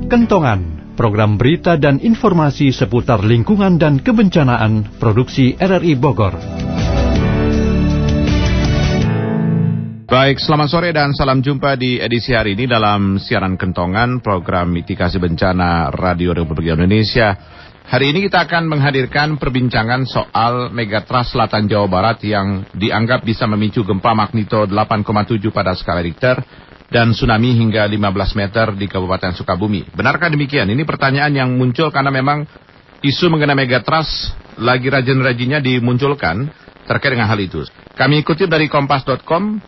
Kentongan, program berita dan informasi seputar lingkungan dan kebencanaan, produksi RRI Bogor. Baik, selamat sore dan salam jumpa di edisi hari ini dalam siaran Kentongan, program mitigasi bencana Radio Republik Indonesia. Hari ini kita akan menghadirkan perbincangan soal megatrust Selatan Jawa Barat yang dianggap bisa memicu gempa magnitudo 8,7 pada skala Richter dan tsunami hingga 15 meter di Kabupaten Sukabumi. Benarkah demikian? Ini pertanyaan yang muncul karena memang isu mengenai megatrust lagi rajin-rajinnya dimunculkan terkait dengan hal itu. Kami ikuti dari kompas.com.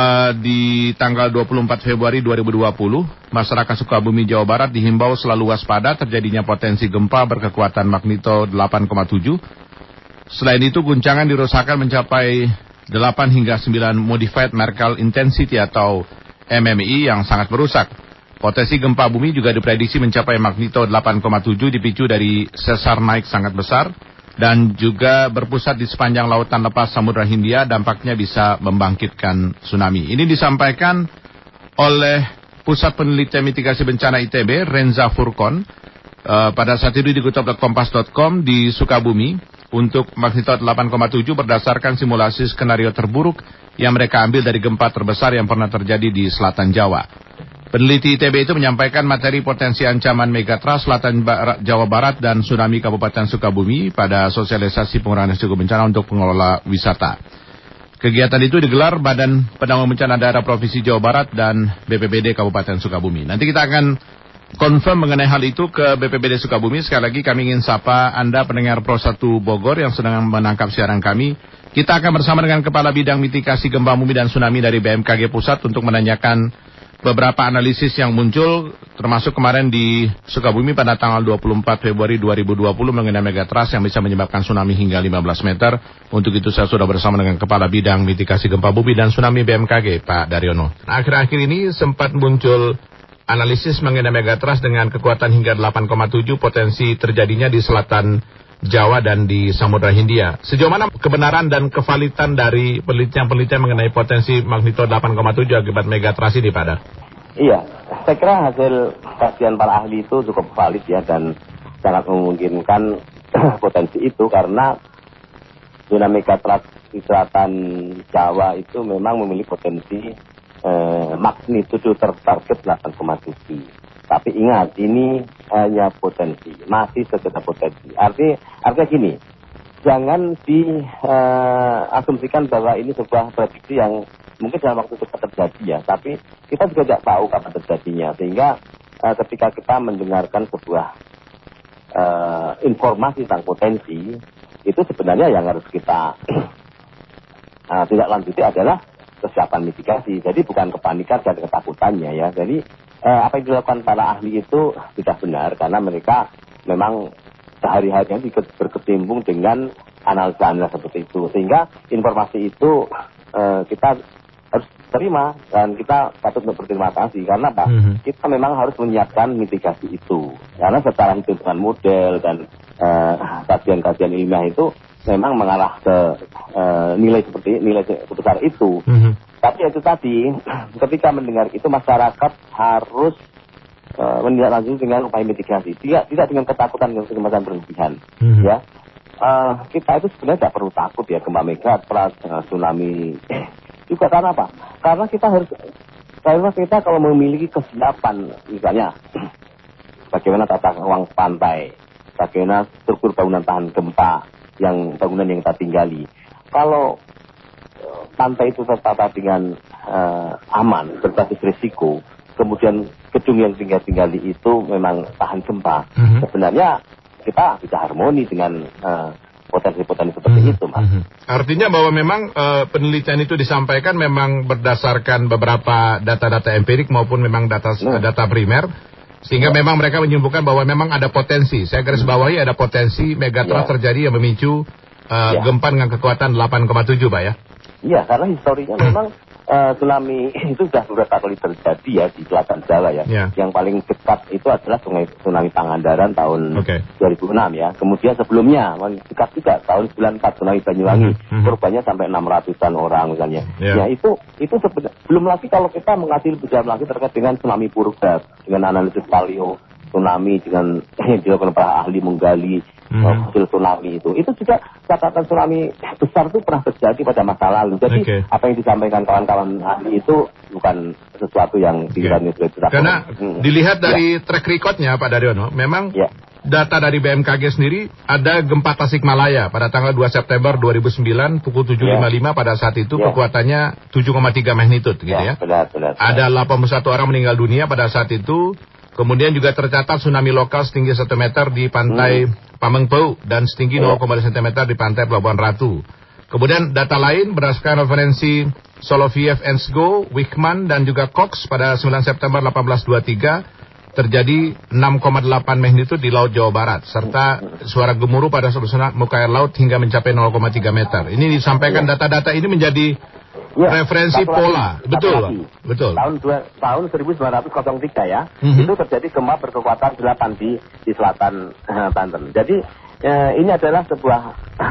Di tanggal 24 Februari 2020, masyarakat Sukabumi, Jawa Barat dihimbau selalu waspada terjadinya potensi gempa berkekuatan magnitudo 8,7. Selain itu, guncangan dirusakan mencapai 8 hingga 9 Modified Mercalli Intensity atau MMI yang sangat merusak. Potensi gempa bumi juga diprediksi mencapai magnitudo 8,7 dipicu dari sesar naik sangat besar dan juga berpusat di sepanjang lautan lepas Samudra Hindia, dampaknya bisa membangkitkan tsunami. Ini disampaikan oleh Pusat Penelitian Mitigasi Bencana ITB, Renza Furkon, pada saat itu dikutip oleh kompas.com di Sukabumi untuk magnitudo 8,7 berdasarkan simulasi skenario terburuk yang mereka ambil dari gempa terbesar yang pernah terjadi di selatan Jawa. Peneliti ITB itu menyampaikan materi potensi ancaman megatrust Selatan Jawa Barat dan tsunami Kabupaten Sukabumi pada sosialisasi pengurangan risiko bencana untuk pengelola wisata. Kegiatan itu digelar Badan Penanggulangan Bencana Daerah Provinsi Jawa Barat dan BPBD Kabupaten Sukabumi. Nanti kita akan confirm mengenai hal itu ke BPBD Sukabumi. Sekali lagi kami ingin sapa Anda pendengar Pro 1 Bogor yang sedang menangkap siaran kami. Kita akan bersama dengan Kepala Bidang Mitigasi Gempa Bumi dan Tsunami dari BMKG Pusat untuk menanyakan beberapa analisis yang muncul, termasuk kemarin di Sukabumi pada tanggal 24 Februari 2020 mengenai megatrust yang bisa menyebabkan tsunami hingga 15 meter. Untuk itu saya sudah bersama dengan Kepala Bidang Mitigasi Gempa Bumi dan Tsunami BMKG, Pak Daryono. Akhir-akhir ini sempat muncul analisis mengenai megatrust dengan kekuatan hingga 8,7 potensi terjadinya di selatan Jawa dan di Samudra Hindia. Sejauh mana kebenaran dan kevalitan dari penelitian-penelitian mengenai potensi magnitudo 8,7 akibat megatrust ini, Pak Dar? Iya, saya kira hasil kajian para ahli itu cukup valid ya dan sangat memungkinkan potensi itu karena zona megatrust di selatan Jawa itu memang memiliki potensi magnitudo tertarget 8,7. Tapi ingat, ini hanya potensi, masih sekedar potensi. Artinya gini, jangan diasumsikan bahwa ini sebuah prediksi yang mungkin dalam waktu cepat terjadi ya. Tapi kita juga tidak tahu kapan terjadinya. Sehingga ketika kita mendengarkan sebuah informasi tentang potensi, itu sebenarnya yang harus kita tidak lanjuti adalah kesiapan mitigasi. Jadi bukan kepanikan dan ketakutannya ya. Jadi apa yang dilakukan para ahli itu tidak benar karena mereka memang sehari-harinya berkecimpung dengan analisa-analisa seperti itu. Sehingga informasi itu kita harus terima dan kita patut untuk berterima kasih karena apa? Kita memang harus menyiapkan mitigasi itu. Karena secara hitungan model dan kajian-kajian ilmiah itu memang mengarah ke nilai sebesar itu. Tapi itu tadi, ketika mendengar itu masyarakat harus menindaklanjuti dengan upaya mitigasi, tidak dengan ketakutan yang semacam berlebihan. Ya, kita itu sebenarnya tidak perlu takut ya gempa megatrust, tsunami. Juga karena apa? Karena kita kalau memiliki kesiapan, misalnya bagaimana tata ruang pantai, bagaimana struktur bangunan tahan gempa, bangunan yang kita tinggali. Kalau pantai itu tertata dengan aman, berbasis risiko, kemudian gedung yang tinggali itu memang tahan gempa. Sebenarnya kita bisa harmoni dengan potensi-potensi seperti itu, Mas. Artinya bahwa memang penelitian itu disampaikan memang berdasarkan beberapa data-data empirik maupun memang data primer, sehingga memang mereka menyimpulkan bahwa memang ada potensi. Saya garis bawahi ada potensi megatrust terjadi yang memicu gempa dengan kekuatan 8,7, Pak ya? Iya, karena historinya memang tsunami itu sudah beberapa kali terjadi ya di selatan Jawa ya. Yang paling dekat itu adalah tsunami Pangandaran tahun 2006 ya. Kemudian sebelumnya dekat juga tahun 94 tsunami Banyuwangi, korbannya sampai 600-an orang misalnya. Ya itu belum lagi kalau kita mengambil lebih dalam lagi terkait dengan tsunami Purba dengan analisis paleo tsunami dengan dilakukan para ahli menggali fosil tsunami itu juga catatan tsunami besar itu pernah terjadi pada masa lalu. Jadi apa yang disampaikan kawan-kawan ahli itu bukan sesuatu yang pikirannya sudah tidak. Karena dilihat dari track recordnya Pak Daryono, memang data dari BMKG sendiri ada gempa Tasikmalaya pada tanggal 2 September 2009 pukul 7.55 pada saat itu kekuatannya 7,3 magnitude gitu ya. Benar. Ada 81 orang meninggal dunia pada saat itu. Kemudian juga tercatat tsunami lokal setinggi 1 meter di pantai Pamengpeu dan setinggi 0,5 cm di pantai Pelabuhan Ratu. Kemudian data lain berdasarkan referensi Soloviev, Ensgo, Wichmann dan juga Cox pada 9 September 1823 terjadi 6,8 magnitude di Laut Jawa Barat serta suara gemuruh pada susunan muka air laut hingga mencapai 0,3 meter. Ini disampaikan data-data ini menjadi referensi pola. Betul. Tahun 1903 ya. Itu terjadi gempa berkekuatan 8 di selatan Banten. Jadi ini adalah sebuah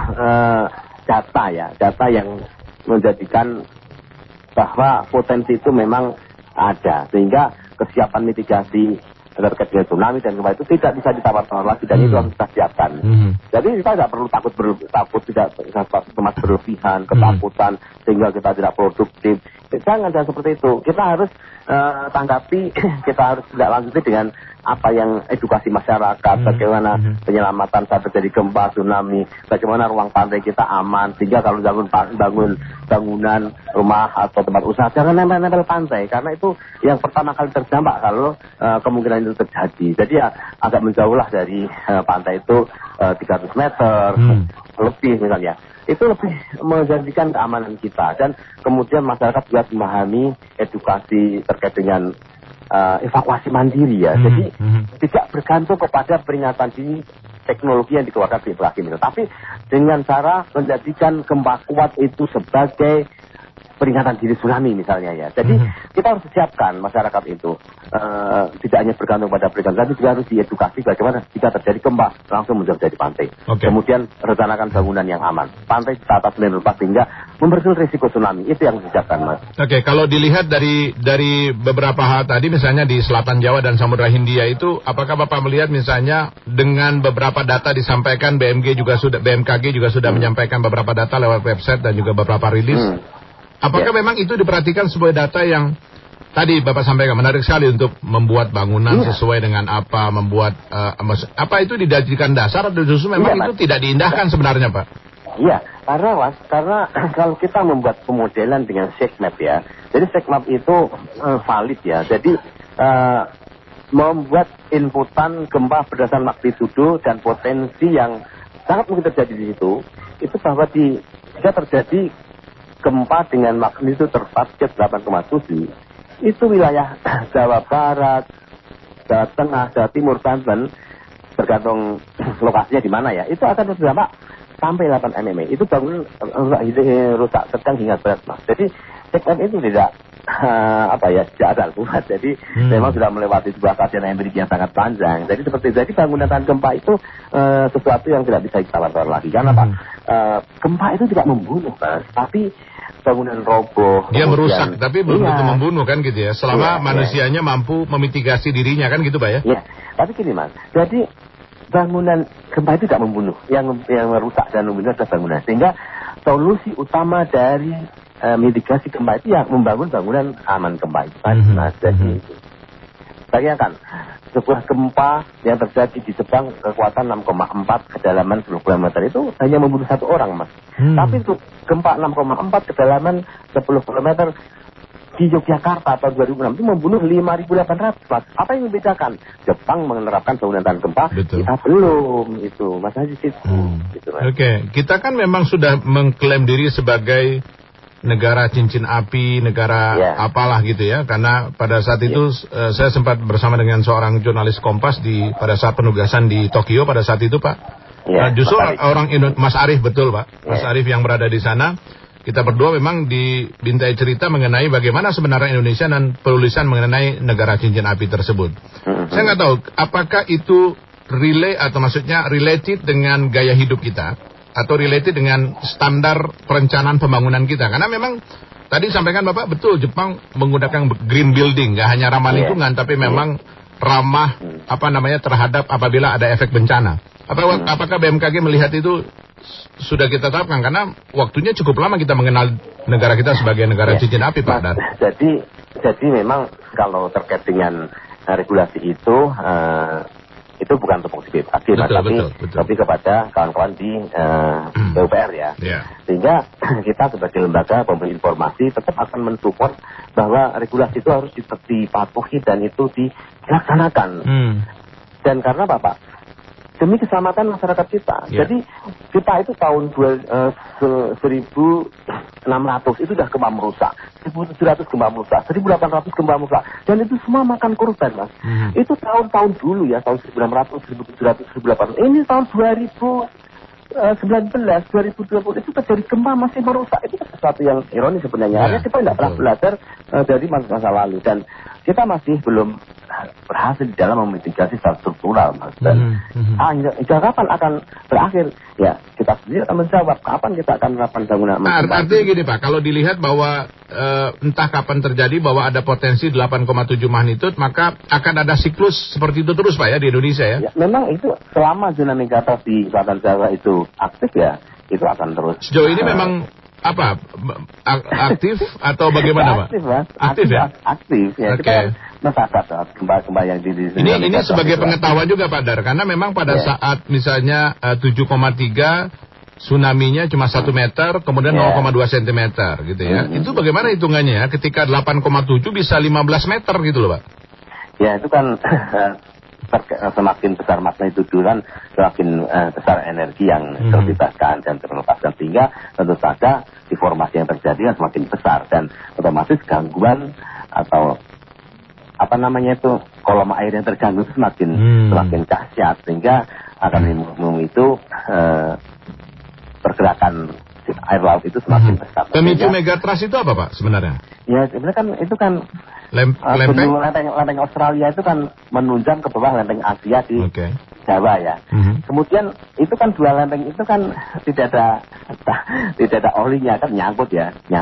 data yang menjadikan bahwa potensi itu memang ada, sehingga kesiapan mitigasi terkait dengan tsunami dan gempa itu tidak bisa ditawar-tawar lagi, dan itu harus kita siapkan. Jadi kita tidak perlu takut, tidak cemas berlebihan, ketakutan sehingga kita tidak produktif. Jangan seperti itu. Kita harus tanggapi, kita harus tidak lanjuti dengan apa yang edukasi masyarakat, bagaimana penyelamatan saat terjadi gempa, tsunami, bagaimana ruang pantai kita aman, sehingga kalau bangun bangunan, rumah atau tempat usaha jangan nempel-nempel pantai, karena itu yang pertama kali terdampak kalau kemungkinan itu terjadi. Jadi ya agak menjauhlah dari pantai itu 300 meter lebih misalnya. Itu lebih menjanjikan keamanan kita, dan kemudian masyarakat juga memahami edukasi terkait dengan evakuasi mandiri ya. Jadi tidak bergantung kepada peringatan dini teknologi yang dikeluarkan BMKG, tapi dengan cara menjadikan gempa kuat itu sebagai peringatan dini tsunami misalnya ya. Jadi kita harus siapkan masyarakat itu tidak hanya bergantung pada peringatan, tapi juga harus diedukasi bagaimana jika terjadi gempa langsung menjauh dari pantai. Kemudian rencanakan bangunan yang aman, pantai ditata sedemikian rupa sehingga memperkecil risiko tsunami. Itu yang disiapkan, Mas. Kalau dilihat dari beberapa hal tadi, misalnya di Selatan Jawa dan Samudra Hindia itu, apakah Bapak melihat misalnya dengan beberapa data disampaikan BMKG juga sudah menyampaikan beberapa data lewat website dan juga beberapa rilis? Apakah memang itu diperhatikan sebuah data yang tadi Bapak sampaikan menarik sekali untuk membuat bangunan sesuai dengan apa, membuat apa itu dijadikan dasar atau justru memang itu tidak diindahkan sebenarnya, Pak? Iya, karena kalau kita membuat pemodelan dengan shake map ya, jadi shake map itu valid ya. Jadi membuat inputan gempa berdasarkan magnitudo dan potensi yang sangat mungkin terjadi di situ, itu bahwa jika terjadi gempa dengan magnitudo tertarget 8,7, itu wilayah Jawa Barat, Jawa Tengah, Jawa Timur, Banten, tergantung lokasinya di mana ya, itu akan terdampak sampai 8 mm. Itu bangunan rusak sedang hingga berat, Mas. Jadi CPM itu tidak tidak ada kuat. Jadi memang sudah melewati sebuah kajian empirik yang sangat panjang. Jadi bangunan tahan gempa itu sesuatu yang tidak bisa ditawar-tawar lagi. Karena gempa itu tidak membunuh, Mas, tapi bangunan roboh. Dia merusak, tapi belum tentu membunuh kan gitu ya. Selama manusianya mampu memitigasi dirinya kan gitu, Pak ya. Iya. Tapi gini, Mas. Jadi bangunan gempa itu tidak membunuh. Yang merusak dan membunuh adalah bangunan. Sehingga solusi utama dari mitigasi gempa itu ya membangun bangunan aman gempa itu kan, Mas. Jadi bayangkan sebuah gempa yang terjadi di Jepang kekuatan 6,4 kedalaman 10 km itu hanya membunuh 1 orang, Mas. Tapi untuk gempa 6,4 kedalaman 10 km di Yogyakarta tahun 2006 itu membunuh 5.800, Mas. Apa yang membedakan? Jepang menerapkan bangunan tahan gempa, kita belum. Itu Mas Haji itu. Gitu, Mas. Kita kan memang sudah mengklaim diri sebagai negara cincin api, negara apalah gitu ya. Karena pada saat itu saya sempat bersama dengan seorang jurnalis Kompas pada saat penugasan di Tokyo pada saat itu, Pak. Justru Mas Arief, betul, Pak. Mas Arief yang berada di sana. Kita berdua memang dibintai cerita mengenai bagaimana sebenarnya Indonesia dan penulisan mengenai negara cincin api tersebut. Saya nggak tahu apakah itu related dengan gaya hidup kita atau related dengan standar perencanaan pembangunan kita. Karena memang tadi sampaikan Bapak, betul, Jepang menggunakan green building, nggak hanya ramah lingkungan, tapi memang ramah terhadap apabila ada efek bencana. Apakah BMKG melihat itu sudah kita terapkan? Karena waktunya cukup lama kita mengenal negara kita sebagai negara cincin api, Pak Dar. Jadi memang kalau terkait dengan regulasi itu bukan tupoksi BMKG, tapi kepada kawan-kawan di PUPR ya. Sehingga kita sebagai lembaga pemberi informasi tetap akan mensupport bahwa regulasi itu harus dipatuhi dan itu dilaksanakan. Dan karena Bapak, demi keselamatan masyarakat kita. Jadi kita itu tahun 1600 itu sudah gempa merusak, 1700 gempa merusak, 1800 gempa merusak, dan itu semua makan korban, Mas. Itu tahun-tahun dulu ya, tahun 1900, 1700, 1800. Ini tahun 2019, 2020 itu terjadi gempa masih merusak. Itu sesuatu yang ironis sebenarnya. Artinya kita tidak pernah belajar dari masa lalu, dan kita masih belum berhasil di dalam memitigasi secara struktural, Mas. Dan kapan akan berakhir? Ya, kita sendiri akan menjawab kapan kita akan melakukan bangunan. Artinya gini, Pak, kalau dilihat bahwa entah kapan terjadi bahwa ada potensi 8,7 magnitudo, maka akan ada siklus seperti itu terus, Pak, ya, di Indonesia ya? Ya, memang itu selama zona megatrust di Selatan Jawa itu aktif ya, itu akan terus. Sejauh ini memang aktif atau bagaimana, Pak? Aktif, Mas. Aktif ya? Aktif ya. Oke. Mencatat gempa-gempa yang di ini sebagai pengetahuan juga, Pak Dar, karena memang pada saat misalnya 7,3 tsunami-nya cuma 1 meter, kemudian 0,2 cm gitu ya. Itu bagaimana hitungannya ya? Ketika 8,7 bisa 15 meter gitu loh, Pak. Ya, itu kan semakin besar magnitudo kan semakin besar energi yang terbebaskan dan terlepaskan, sehingga tentu saja deformasi yang terjadi kan semakin besar dan otomatis gangguan atau kolom air yang terganggu semakin dahsyat, sehingga akan memicu pergerakan air laut itu semakin besar. Pemicu megatrust itu apa, Pak, sebenarnya? Ya, sebenarnya kan itu kan lempeng Australia itu kan menunjang ke bawah lempeng Asia di Jawa ya. Kemudian itu kan dua lempeng itu kan tidak ada olinya, kan nyangkut.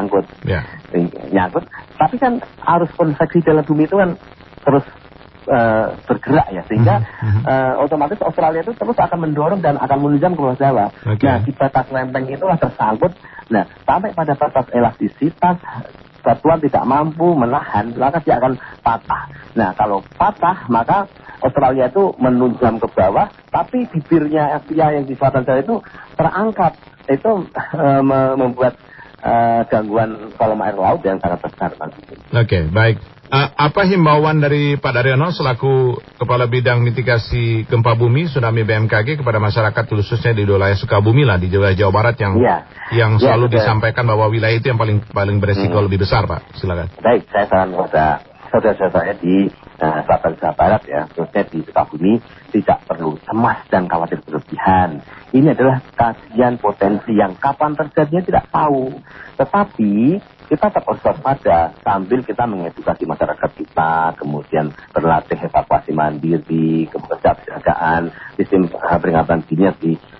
Tapi kan arus konveksi dalam bumi itu kan terus bergerak ya, sehingga otomatis Australia itu terus akan mendorong dan akan menunjang ke bawah Jawa. Nah, di batas lempeng itulah tersangkut. Nah, sampai pada batas elastisitas batuan tidak mampu menahan, maka dia akan patah. Nah, kalau patah, maka Australia itu menunjam ke bawah, tapi bibirnya Asia yang di selatan Jawa itu terangkat. Itu membuat gangguan kolom air laut yang sangat besar. Oke, baik. Apa himbauan dari Pak Daryono selaku Kepala Bidang Mitigasi Gempa Bumi Tsunami BMKG kepada masyarakat khususnya di wilayah Sukabumi lah, di Jawa Barat yang selalu disampaikan bahwa wilayah itu yang paling beresiko lebih besar, Pak? Silakan. Baik, saya saran kepada saudara-saudara saya di Selatan Jawa Barat ya, khususnya di Sukabumi, tidak perlu cemas dan khawatir berlebihan. Ini adalah kajian potensi yang kapan terjadinya tidak tahu. Tetapi kita tetap harus waspada sambil kita mengedukasi masyarakat kita, kemudian berlatih evakuasi mandiri, kesiapsiagaan, sistem peringatan dini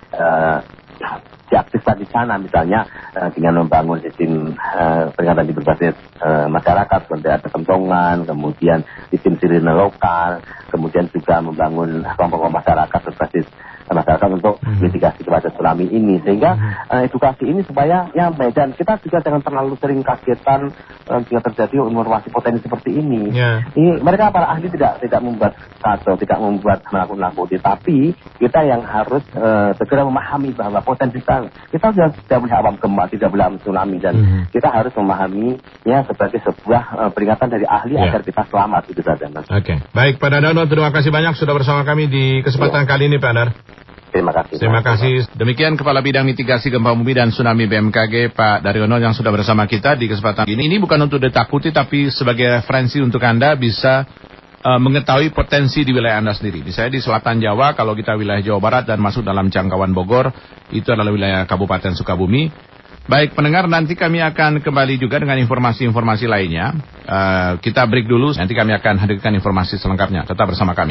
diaktifkan di sana, misalnya dengan membangun sistem peringatan di berbasis masyarakat, seperti ada kentongan, kemudian sistem sirine lokal, kemudian juga membangun kelompok masyarakat berbasis masyarakat untuk mitigasi kepada tsunami ini, sehingga edukasi ini supaya dan kita juga jangan terlalu sering kagetan jika terjadi informasi potensi seperti ini. Ini mereka para ahli tidak membuat kacau, tidak membuat menakut-nakuti, tapi kita yang harus segera memahami bahwa potensi kita sudah tidak boleh awam gempa, tidak boleh awam tsunami, dan kita harus memahaminya sebagai sebuah peringatan dari ahli agar kita selamat, itu saja, Mas. Oke, baik, Pak Daryono, terima kasih banyak sudah bersama kami di kesempatan kali ini, Pak Dar. Terima kasih. Demikian Kepala Bidang Mitigasi Gempa Bumi dan Tsunami BMKG Pak Daryono yang sudah bersama kita di kesempatan ini. Ini bukan untuk ditakuti, tapi sebagai referensi untuk Anda bisa mengetahui potensi di wilayah Anda sendiri. Misalnya di Selatan Jawa, kalau kita wilayah Jawa Barat dan masuk dalam jangkauan Bogor, itu adalah wilayah Kabupaten Sukabumi. Baik pendengar, nanti kami akan kembali juga dengan informasi-informasi lainnya. Kita break dulu, nanti kami akan hadirkan informasi selengkapnya. Tetap bersama kami.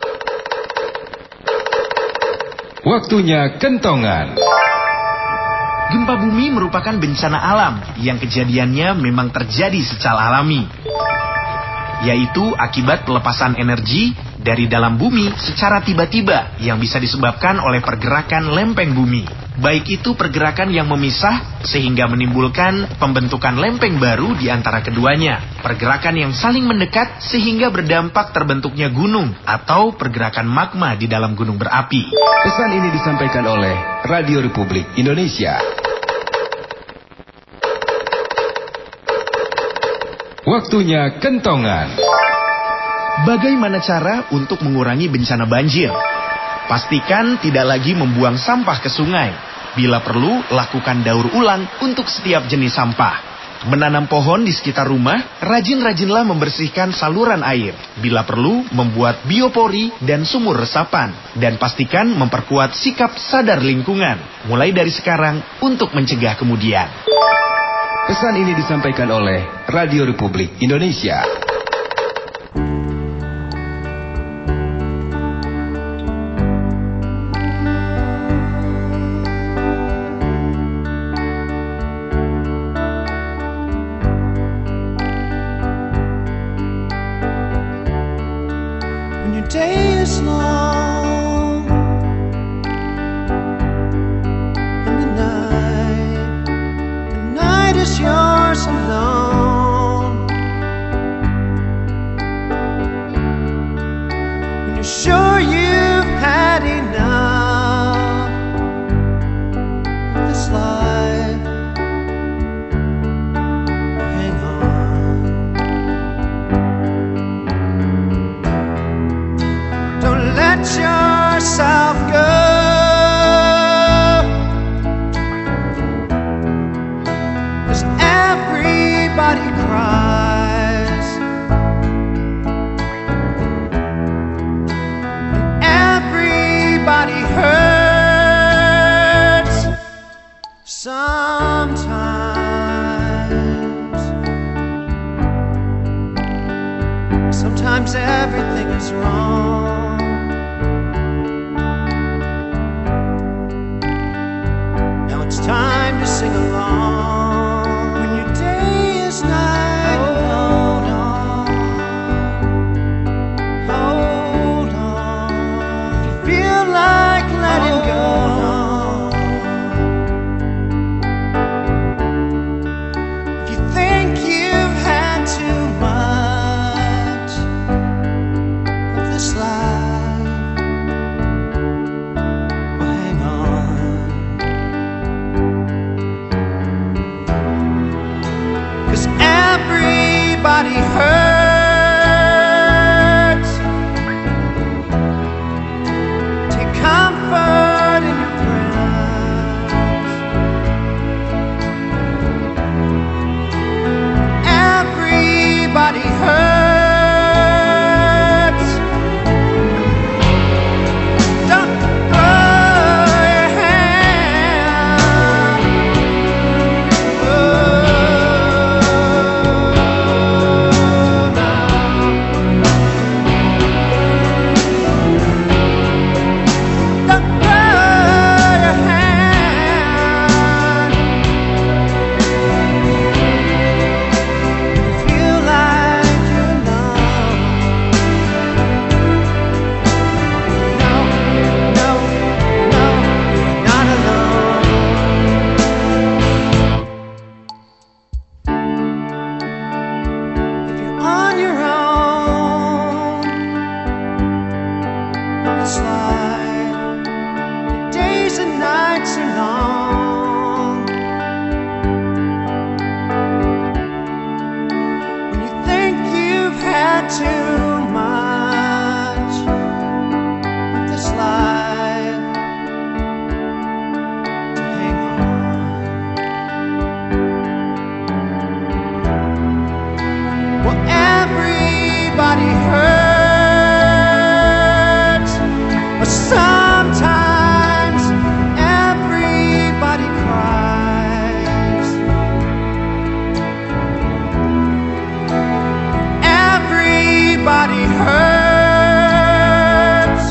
Waktunya kentongan. Gempa bumi merupakan bencana alam yang kejadiannya memang terjadi secara alami, yaitu akibat pelepasan energi dari dalam bumi secara tiba-tiba yang bisa disebabkan oleh pergerakan lempeng bumi. Baik itu pergerakan yang memisah sehingga menimbulkan pembentukan lempeng baru di antara keduanya, pergerakan yang saling mendekat sehingga berdampak terbentuknya gunung, atau pergerakan magma di dalam gunung berapi. Pesan ini disampaikan oleh Radio Republik Indonesia. Waktunya kentongan. Bagaimana cara untuk mengurangi bencana banjir? Pastikan tidak lagi membuang sampah ke sungai. Bila perlu, lakukan daur ulang untuk setiap jenis sampah. Menanam pohon di sekitar rumah, rajin-rajinlah membersihkan saluran air. Bila perlu, membuat biopori dan sumur resapan. Dan pastikan memperkuat sikap sadar lingkungan. Mulai dari sekarang untuk mencegah kemudian. Pesan ini disampaikan oleh Radio Republik Indonesia. When your day is long and the night is yours alone. When you're sure you've had enough of this life, hang on. Don't let yourself go. Everybody cries, and everybody hurts sometimes. Sometimes everything is wrong. Now it's time to sing along. Everybody hurts. Take comfort in your prayers. Everybody hurts. Don't throw your hand. Too much of this life to hang on. Well, everybody hurts, but sometimes everybody cries. Everybody hurts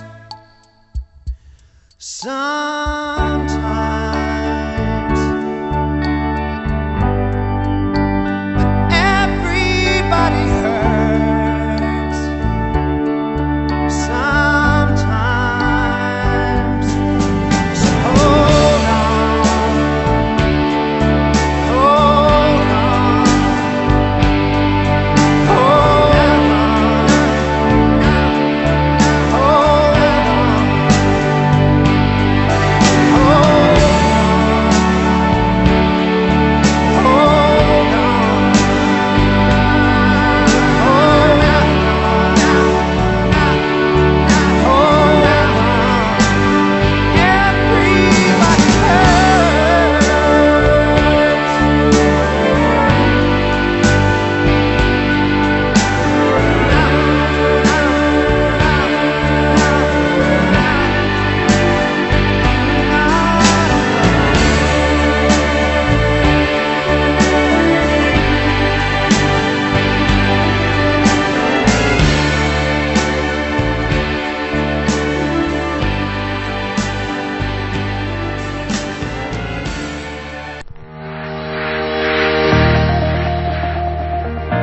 sometimes, but everybody hurts.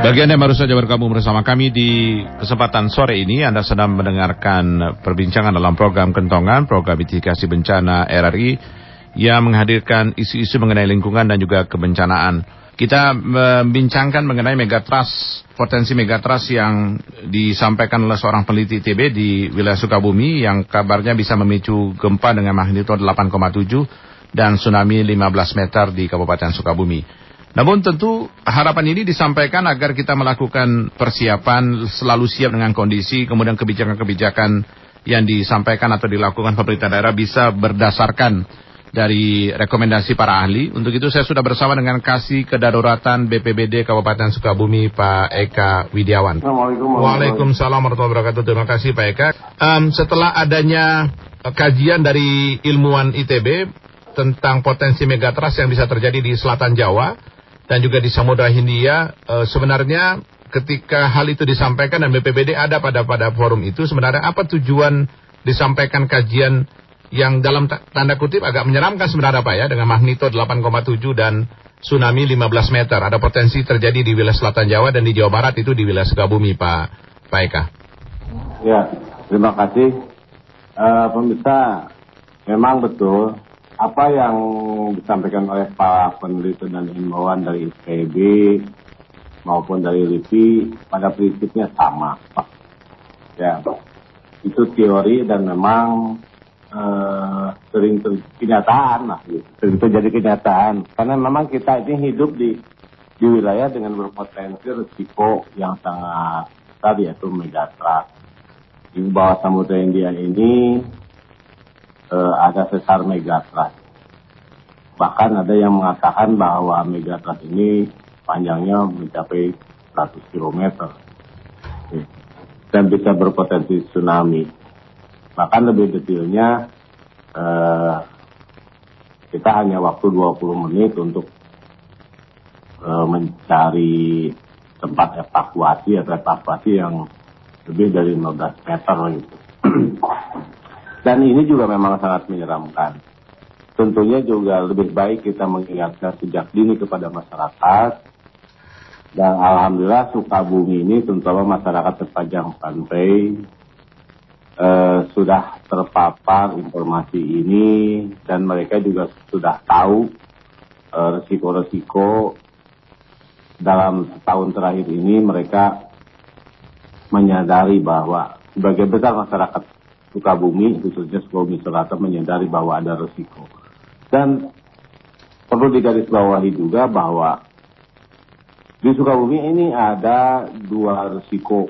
Bagi Anda yang baru saja bergabung bersama kami di kesempatan sore ini, Anda sedang mendengarkan perbincangan dalam program Kentongan, program mitigasi bencana RRI yang menghadirkan isu-isu mengenai lingkungan dan juga kebencanaan. Kita membincangkan mengenai megatrust, potensi megatrust yang disampaikan oleh seorang peneliti ITB di wilayah Sukabumi yang kabarnya bisa memicu gempa dengan magnitudo 8,7 dan tsunami 15 meter di Kabupaten Sukabumi. Namun tentu harapan ini disampaikan agar kita melakukan persiapan, selalu siap dengan kondisi, kemudian kebijakan-kebijakan yang disampaikan atau dilakukan pemerintah daerah bisa berdasarkan dari rekomendasi para ahli. Untuk itu saya sudah bersama dengan Kasih Kedaruratan BPBD Kabupaten Sukabumi, Pak Eka Widiawan. Waalaikumsalam warahmatullahi wabarakatuh. Terima kasih Pak Eka. Setelah adanya kajian dari ilmuwan ITB tentang potensi megatrust yang bisa terjadi di selatan Jawa dan juga di Samudra Hindia, sebenarnya ketika hal itu disampaikan dan BPBD ada pada forum itu, sebenarnya apa tujuan disampaikan kajian yang dalam tanda kutip agak menyeramkan sebenarnya Pak ya, dengan magnitudo 8,7 dan tsunami 15 meter. Ada potensi terjadi di wilayah selatan Jawa dan di Jawa Barat itu di wilayah Sukabumi, Pak Eka. Ya, terima kasih. Pemirsa, memang betul apa yang disampaikan oleh para peneliti dan ilmuwan dari ITB maupun dari LIPI pada prinsipnya sama, Pak. Ya, itu teori dan memang sering kenyataan lah, gitu. Sering terjadi kenyataan. Karena memang kita ini hidup di wilayah dengan berpotensi risiko yang sangat besar, yaitu megatrust. Di bawah Samudra Hindia ini ada sesar megatrust. Bahkan ada yang mengatakan bahwa megatrust ini panjangnya mencapai 100 km dan bisa berpotensi tsunami. Bahkan lebih detailnya kita hanya waktu 20 menit untuk mencari tempat evakuasi atau evakuasi yang lebih dari 15 meter gitu. Dan ini juga memang sangat menyeramkan. Tentunya juga lebih baik kita mengingatkan sejak dini kepada masyarakat. Dan alhamdulillah Sukabumi ini, terutama masyarakat sepanjang pantai, sudah terpapar informasi ini dan mereka juga sudah tahu resiko-resiko. Dalam setahun terakhir ini mereka menyadari bahwa sebagian besar masyarakat Sukabumi, khususnya Sukabumi Selatan, menyadari bahwa ada resiko. Dan perlu digarisbawahi juga bahwa di Sukabumi ini ada dua resiko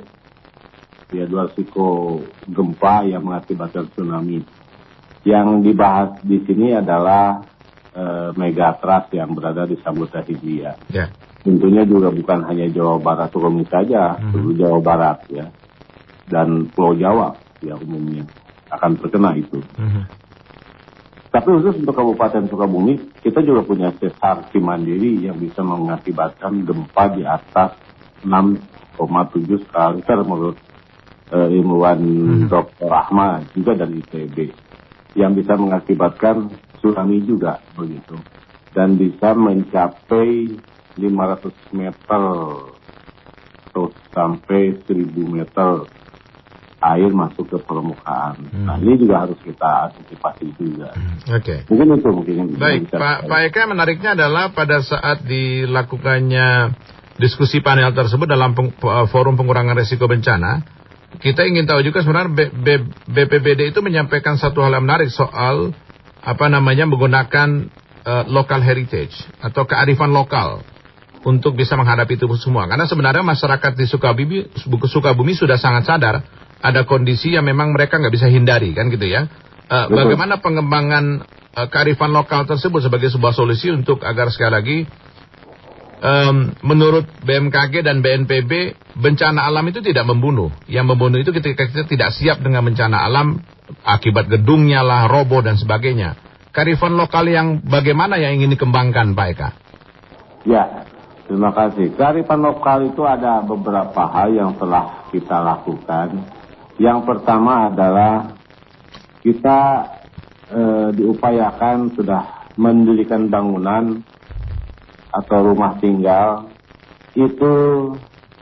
gempa yang mengakibatkan tsunami. Yang dibahas di sini adalah megatrust yang berada di Samudra Hindia. Yeah. Tentunya juga bukan hanya Jawa Barat Sukabumi saja, seluruh Jawa Barat ya, dan Pulau Jawa ya umumnya akan terkena itu. Tapi khusus untuk Kabupaten Sukabumi, kita juga punya sesar Cimandiri yang bisa mengakibatkan gempa di atas 6,7 skala Richter menurut ilmuwan Dr. Ahmad juga dari ITB, yang bisa mengakibatkan tsunami juga begitu, dan bisa mencapai 500 meter atau sampai 1000 meter air masuk ke permukaan. Nah, ini juga harus kita antisipasi juga. Oke. Mungkin itu mungkin. Baik, Pak Eka, menariknya adalah pada saat dilakukannya diskusi panel tersebut dalam forum pengurangan risiko bencana, kita ingin tahu juga sebenarnya BPBD itu menyampaikan satu hal yang menarik soal menggunakan local heritage atau kearifan lokal untuk bisa menghadapi itu semua. Karena sebenarnya masyarakat di Sukabumi sudah sangat sadar ada kondisi yang memang mereka nggak bisa hindari, kan gitu ya. Bagaimana pengembangan kearifan lokal tersebut sebagai sebuah solusi untuk agar sekali lagi menurut BMKG dan BNPB bencana alam itu tidak membunuh. Yang membunuh itu ketika kita tidak siap dengan bencana alam akibat gedungnya lah, roboh dan sebagainya. Kearifan lokal yang bagaimana yang ingin dikembangkan, Pak Eka? Ya, terima kasih. Kearifan lokal itu ada beberapa hal yang telah kita lakukan. Yang pertama adalah kita diupayakan sudah mendirikan bangunan atau rumah tinggal itu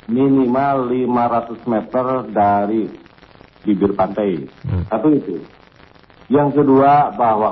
minimal 500 meter dari bibir pantai. Satu itu. Yang kedua, bahwa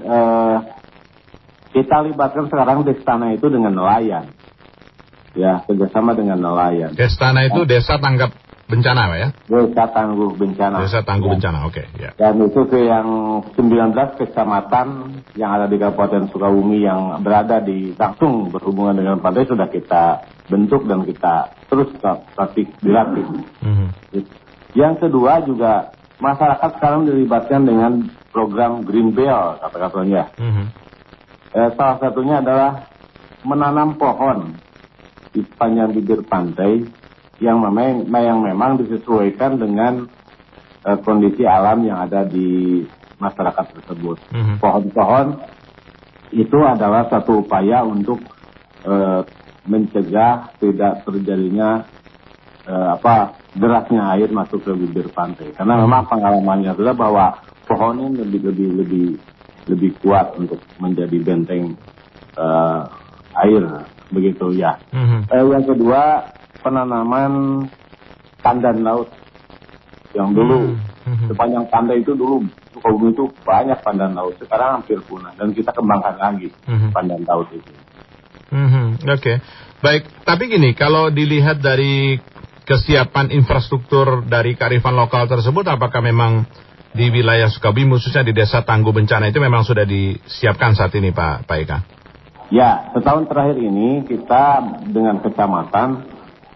kita libatkan sekarang Destana itu dengan nelayan. Ya, kerjasama dengan nelayan. Destana itu desa tanggap bencana, Pak ya? Desa tangguh bencana. Desa tangguh bencana, oke. Ya. Dan itu ke yang 19 kecamatan yang ada di Kabupaten Sukabumi yang berada di langsung berhubungan dengan pantai sudah kita bentuk dan kita terus dilatih. Yang kedua juga masyarakat sekarang dilibatkan dengan program Green Belt kata-katanya. Salah satunya adalah menanam pohon di sepanjang bibir pantai yang memang disesuaikan dengan kondisi alam yang ada di masyarakat tersebut. Pohon-pohon itu adalah satu upaya untuk mencegah tidak terjadinya derasnya air masuk ke bibir pantai. Karena memang pengalamannya adalah bahwa pohon ini lebih kuat untuk menjadi benteng air, begitu ya. Yang kedua, penanaman pandan laut yang dulu sepanjang pantai itu dulu Sukabumi itu banyak pandan laut, sekarang hampir punah dan kita kembangkan lagi pandan laut itu. Oke. Baik, tapi gini, kalau dilihat dari kesiapan infrastruktur dari kearifan lokal tersebut, apakah memang di wilayah Sukabumi khususnya di desa tangguh bencana itu memang sudah disiapkan saat ini, Pak Eka? Ya, setahun terakhir ini kita dengan kecamatan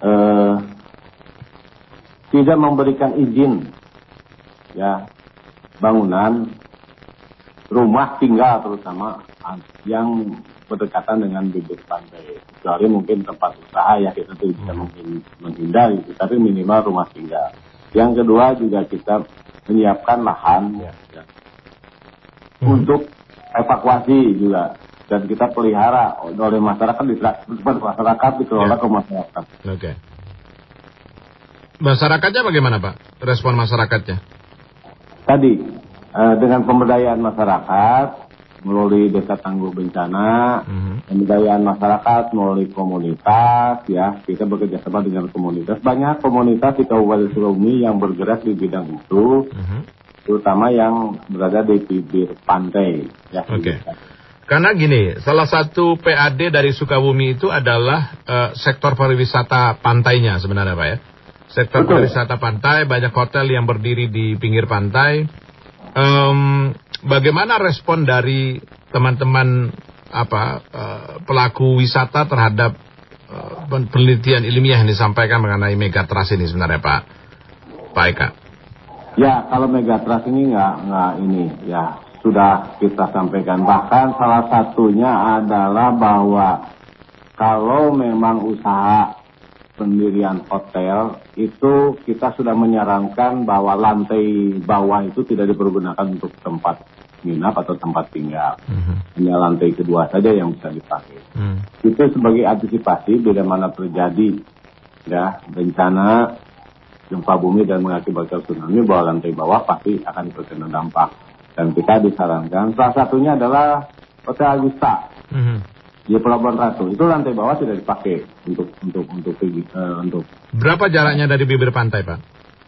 tidak memberikan izin ya bangunan rumah tinggal terutama yang berdekatan dengan bibir pantai. Kecuali mungkin tempat usaha ya kita tuh bisa menghindari, tapi minimal rumah tinggal. Yang kedua juga kita menyiapkan lahan untuk evakuasi juga. Dan kita pelihara oleh masyarakat, dikelola ke masyarakat. Oke. Masyarakatnya bagaimana, Pak? Respon masyarakatnya? Tadi, dengan pemberdayaan masyarakat, melalui desa tangguh bencana, pemberdayaan masyarakat melalui komunitas, ya, kita bekerja sama dengan komunitas. Banyak komunitas di Kabupaten Sukabumi yang bergerak di bidang itu, terutama yang berada di bibir pantai. Ya, Oke. Karena gini, salah satu PAD dari Sukabumi itu adalah sektor pariwisata pantainya sebenarnya, Pak ya. Sektor pariwisata pantai, banyak hotel yang berdiri di pinggir pantai. Bagaimana respon dari teman-teman pelaku wisata terhadap penelitian ilmiah yang disampaikan mengenai megatrust ini sebenarnya, Pak Eka? Ya, kalau megatrust ini nggak ini ya. Sudah kita sampaikan, bahkan salah satunya adalah bahwa kalau memang usaha pendirian hotel itu kita sudah menyarankan bahwa lantai bawah itu tidak dipergunakan untuk tempat nginap atau tempat tinggal, hanya lantai kedua saja yang bisa dipakai. Itu sebagai antisipasi bila mana terjadi ya bencana gempa bumi dan mengakibatkan tsunami, bahwa lantai bawah pasti akan terkena dampak. Dan kita disarankan, salah satunya adalah Hotel Agusta di Pelabuhan Ratu. Itu lantai bawah tidak dipakai untuk. Berapa jaraknya dari bibir pantai, Pak?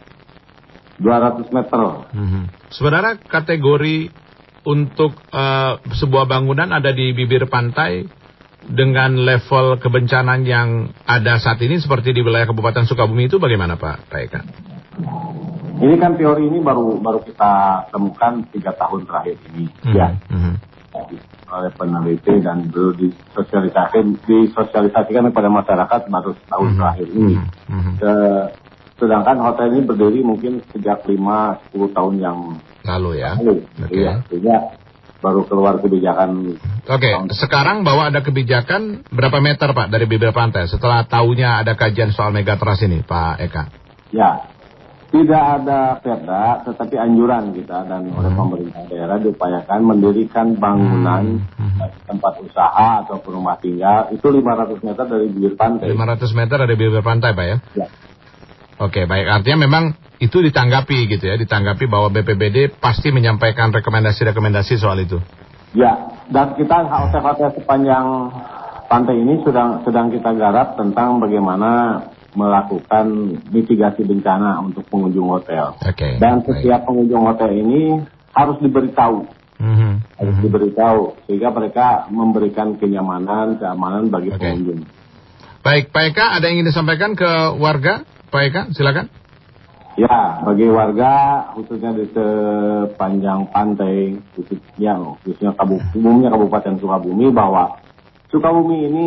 200 meter. Sebenarnya kategori untuk sebuah bangunan ada di bibir pantai dengan level kebencanaan yang ada saat ini seperti di wilayah Kabupaten Sukabumi itu bagaimana, Pak Eka? Ini kan teori ini baru kita temukan 3 tahun terakhir ini, ya, oleh peneliti dan belum disosialisasikan kepada masyarakat baru tahun terakhir ini. Sedangkan hotel ini berdiri mungkin sejak 5-10 tahun yang lalu ya. Sehingga baru keluar kebijakan. Sekarang bahwa ada kebijakan berapa meter, Pak, dari bibir pantai setelah tahunya ada kajian soal megatrust ini, Pak Eka? Ya. Tidak ada perda, tetapi anjuran kita dan oleh pemerintah daerah diupayakan mendirikan bangunan tempat usaha atau rumah tinggal itu 500 meter dari bibir pantai. 500 meter dari bibir pantai, Pak ya? Ya. Oke, baik. Artinya memang itu ditanggapi gitu ya, ditanggapi bahwa BPBD pasti menyampaikan rekomendasi-rekomendasi soal itu. Ya, dan kita hotel-hotel sepanjang pantai ini sedang kita garap tentang bagaimana melakukan mitigasi bencana untuk pengunjung hotel. Okay. Dan setiap pengunjung hotel ini harus diberitahu. Harus diberitahu sehingga mereka memberikan keamanan bagi pengunjung. Baik, Pak Eka, ada yang ingin disampaikan ke warga? Pak Eka, silakan. Ya, bagi warga khususnya di sepanjang pantai, khususnya Kabupaten Sukabumi, bahwa Sukabumi ini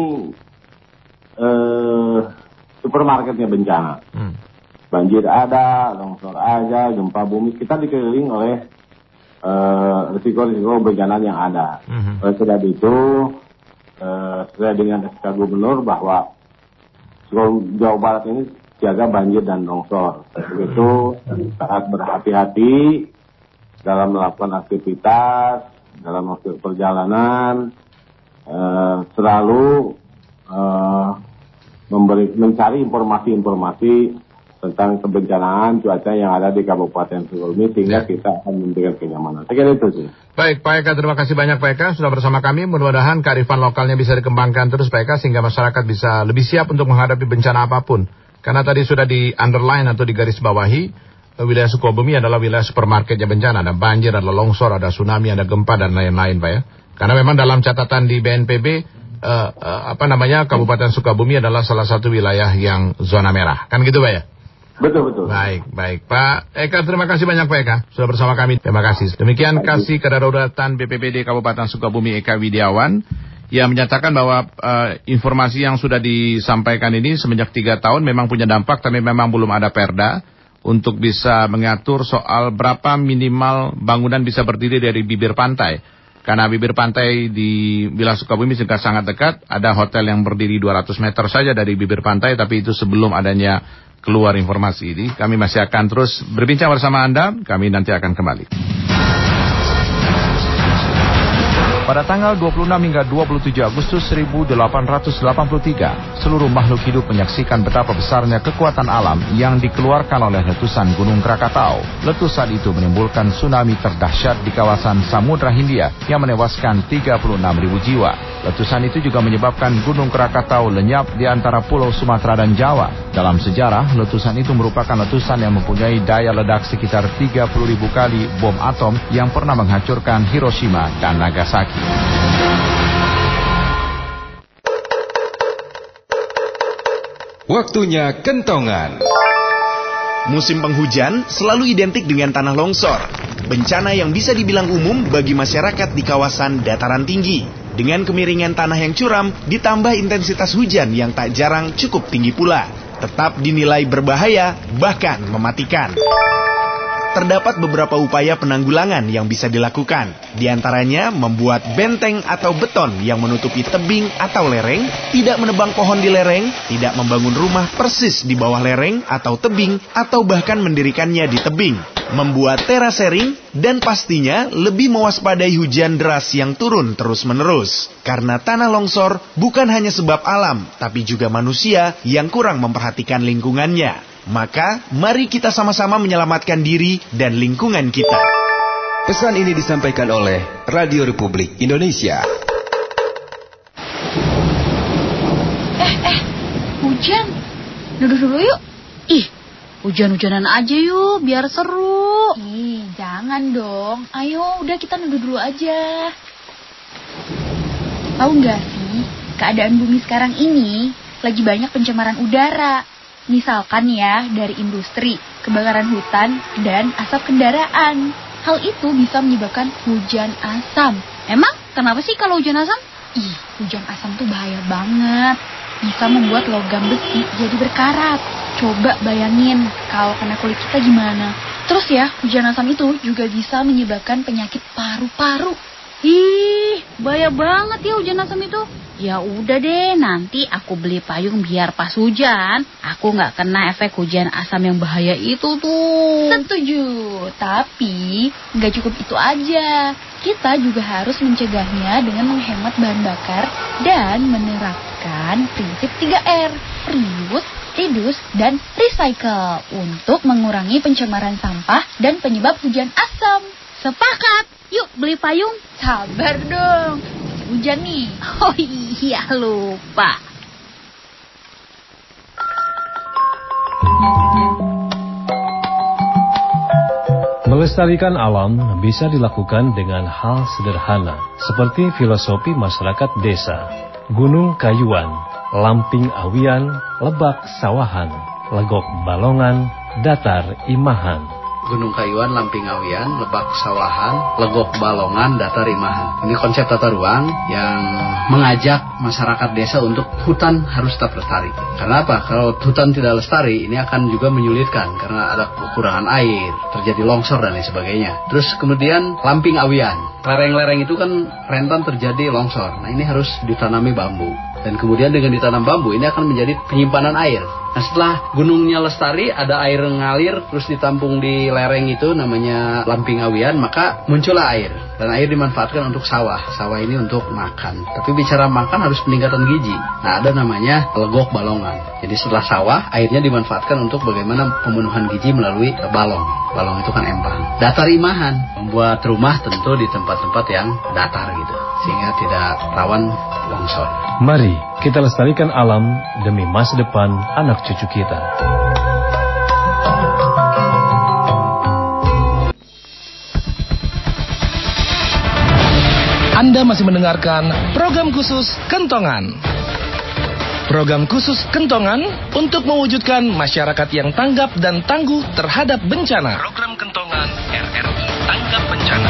supermarketnya bencana. Banjir ada, longsor ada, gempa bumi. Kita dikelilingi oleh risiko-risiko bencana yang ada. Oleh sebab itu, sesuai dengan SK Gubernur bahwa Jawa Barat ini jaga banjir dan longsor. Begitu saat berhati-hati dalam melakukan aktivitas, dalam perjalanan, selalu mencari informasi-informasi tentang kebencanaan cuaca yang ada di Kabupaten Sukabumi sehingga kita akan memberikan kenyamanan. Saya kira itu sih. Baik, Pak Eka, terima kasih banyak Pak Eka sudah bersama kami. Mudah-mudahan kearifan lokalnya bisa dikembangkan terus Pak Eka sehingga masyarakat bisa lebih siap untuk menghadapi bencana apapun. Karena tadi sudah di underline atau di garis bawahi, wilayah Sukabumi adalah wilayah supermarketnya bencana. Ada banjir, ada longsor, ada tsunami, ada gempa dan lain-lain Pak ya. Karena memang dalam catatan di BNPB, Kabupaten Sukabumi adalah salah satu wilayah yang zona merah. Kan gitu Pak ya? Betul. Baik. Pak Eka, terima kasih banyak Pak Eka sudah bersama kami. Terima kasih. Demikian Kasih Kedaruratan BPBD Kabupaten Sukabumi Eka Widiawan yang menyatakan bahwa informasi yang sudah disampaikan ini semenjak 3 tahun memang punya dampak, tapi memang belum ada perda untuk bisa mengatur soal berapa minimal bangunan bisa berdiri dari bibir pantai. Karena bibir pantai di wilayah Sukabumi juga sangat dekat, ada hotel yang berdiri 200 meter saja dari bibir pantai, tapi itu sebelum adanya keluar informasi ini. Kami masih akan terus berbincang bersama Anda, kami nanti akan kembali. Pada tanggal 26 hingga 27 Agustus 1883, seluruh makhluk hidup menyaksikan betapa besarnya kekuatan alam yang dikeluarkan oleh letusan Gunung Krakatau. Letusan itu menimbulkan tsunami terdahsyat di kawasan Samudra Hindia yang menewaskan 36.000 jiwa. Letusan itu juga menyebabkan Gunung Krakatau lenyap di antara Pulau Sumatera dan Jawa. Dalam sejarah, letusan itu merupakan letusan yang mempunyai daya ledak sekitar 30.000 kali bom atom yang pernah menghancurkan Hiroshima dan Nagasaki. Waktunya kentongan. Musim penghujan selalu identik dengan tanah longsor, bencana yang bisa dibilang umum bagi masyarakat di kawasan dataran tinggi. Dengan kemiringan tanah yang curam, ditambah intensitas hujan yang tak jarang cukup tinggi pula, tetap dinilai berbahaya, bahkan mematikan. Terdapat beberapa upaya penanggulangan yang bisa dilakukan. Di antaranya membuat benteng atau beton yang menutupi tebing atau lereng, tidak menebang pohon di lereng, tidak membangun rumah persis di bawah lereng atau tebing, atau bahkan mendirikannya di tebing. Membuat terasering, dan pastinya lebih mewaspadai hujan deras yang turun terus-menerus. Karena tanah longsor bukan hanya sebab alam, tapi juga manusia yang kurang memperhatikan lingkungannya. Maka, mari kita sama-sama menyelamatkan diri dan lingkungan kita. Pesan ini disampaikan oleh Radio Republik Indonesia. Hujan. Duduk dulu yuk. Ih, hujan-hujanan aja yuk, biar seru. Ih, jangan dong. Ayo, udah kita duduk dulu aja. Tahu nggak sih, keadaan bumi sekarang ini lagi banyak pencemaran udara. Misalkan ya, dari industri, kebakaran hutan, dan asap kendaraan. Hal itu bisa menyebabkan hujan asam. Emang kenapa sih kalau hujan asam? Ih, hujan asam tuh bahaya banget. Bisa membuat logam besi jadi berkarat. Coba bayangin kalau kena kulit kita gimana. Terus ya, hujan asam itu juga bisa menyebabkan penyakit paru-paru. Ih, bahaya banget ya hujan asam itu. Ya udah deh, nanti aku beli payung biar pas hujan aku nggak kena efek hujan asam yang bahaya itu tuh. Setuju, tapi nggak cukup itu aja. Kita juga harus mencegahnya dengan menghemat bahan bakar dan menerapkan prinsip 3R, reuse, reduce, dan recycle untuk mengurangi pencemaran sampah dan penyebab hujan asam. Sepakat, yuk beli payung. Sabar dong, hujan nih. Oh iya, lupa. Melestarikan alam bisa dilakukan dengan hal sederhana, seperti filosofi masyarakat desa. Gunung Kayuan, Lamping Awian, Lebak Sawahan, Legok Balongan, Datar Imahan. Gunung Kayuan, Lamping Awian, Lebak Sawahan, Legok Balongan, Datar Imahan. Ini konsep tata ruang yang mengajak masyarakat desa untuk hutan harus tetap lestari. Karena apa? Kalau hutan tidak lestari, ini akan juga menyulitkan karena ada kekurangan air, terjadi longsor dan lain sebagainya. Terus kemudian Lamping Awian, lereng-lereng itu kan rentan terjadi longsor. Nah, ini harus ditanami bambu. Dan kemudian dengan ditanam bambu, ini akan menjadi penyimpanan air. Nah, setelah gunungnya lestari, ada air ngalir, terus ditampung di lereng itu namanya Lamping Awian, maka muncullah air. Dan air dimanfaatkan untuk sawah. Sawah ini untuk makan. Tapi bicara makan harus peningkatan gizi. Nah, ada namanya Legok Balongan. Jadi setelah sawah, airnya dimanfaatkan untuk bagaimana pemenuhan gizi melalui balong. Balong itu kan empang. Datar Imahan, membuat rumah tentu di tempat-tempat yang datar gitu, sehingga tidak rawan longsor. Mari kita lestarikan alam demi masa depan anak cucu kita. Anda masih mendengarkan program khusus Kentongan. Program khusus Kentongan untuk mewujudkan masyarakat yang tanggap dan tangguh terhadap bencana. Program Kentongan RRI Tanggap Bencana.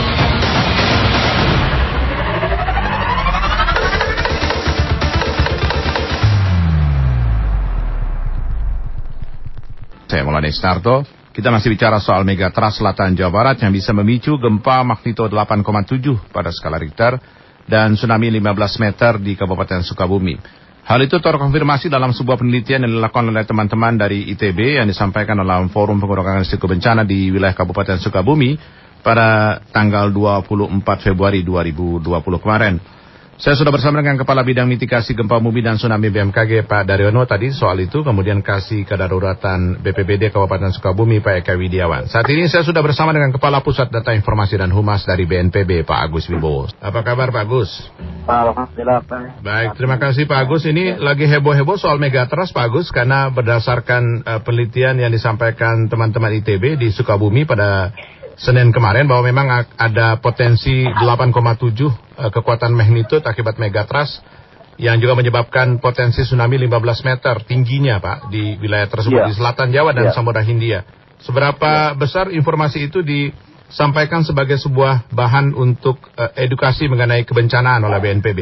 Saya Maulana Isnarto. Kita masih bicara soal megatrust selatan Jawa Barat yang bisa memicu gempa magnitudo 8,7 pada skala Richter dan tsunami 15 meter di Kabupaten Sukabumi. Hal itu terkonfirmasi dalam sebuah penelitian yang dilakukan oleh teman-teman dari ITB yang disampaikan dalam Forum Pengurangan Risiko Bencana di wilayah Kabupaten Sukabumi pada tanggal 24 Februari 2020 kemarin. Saya sudah bersama dengan Kepala Bidang Mitigasi Gempa Bumi dan Tsunami BMKG Pak Daryono tadi soal itu, kemudian Kasih Kedaruratan BPBD Kabupaten Sukabumi Pak Eka Widiawan. Saat ini saya sudah bersama dengan Kepala Pusat Data Informasi dan Humas dari BNPB Pak Agus Wibowo. Apa kabar Pak Agus? Alhamdulillah Pak. Baik, terima kasih Pak Agus. Ini lagi heboh-heboh soal megatrust Pak Agus, karena berdasarkan penelitian yang disampaikan teman-teman ITB di Sukabumi pada Senin kemarin bahwa memang ada potensi 8,7 kekuatan magnitudo akibat megatrust yang juga menyebabkan potensi tsunami 15 meter tingginya Pak di wilayah tersebut di selatan Jawa dan Samudra Hindia. Seberapa besar informasi itu disampaikan sebagai sebuah bahan untuk edukasi mengenai kebencanaan oleh BNPB?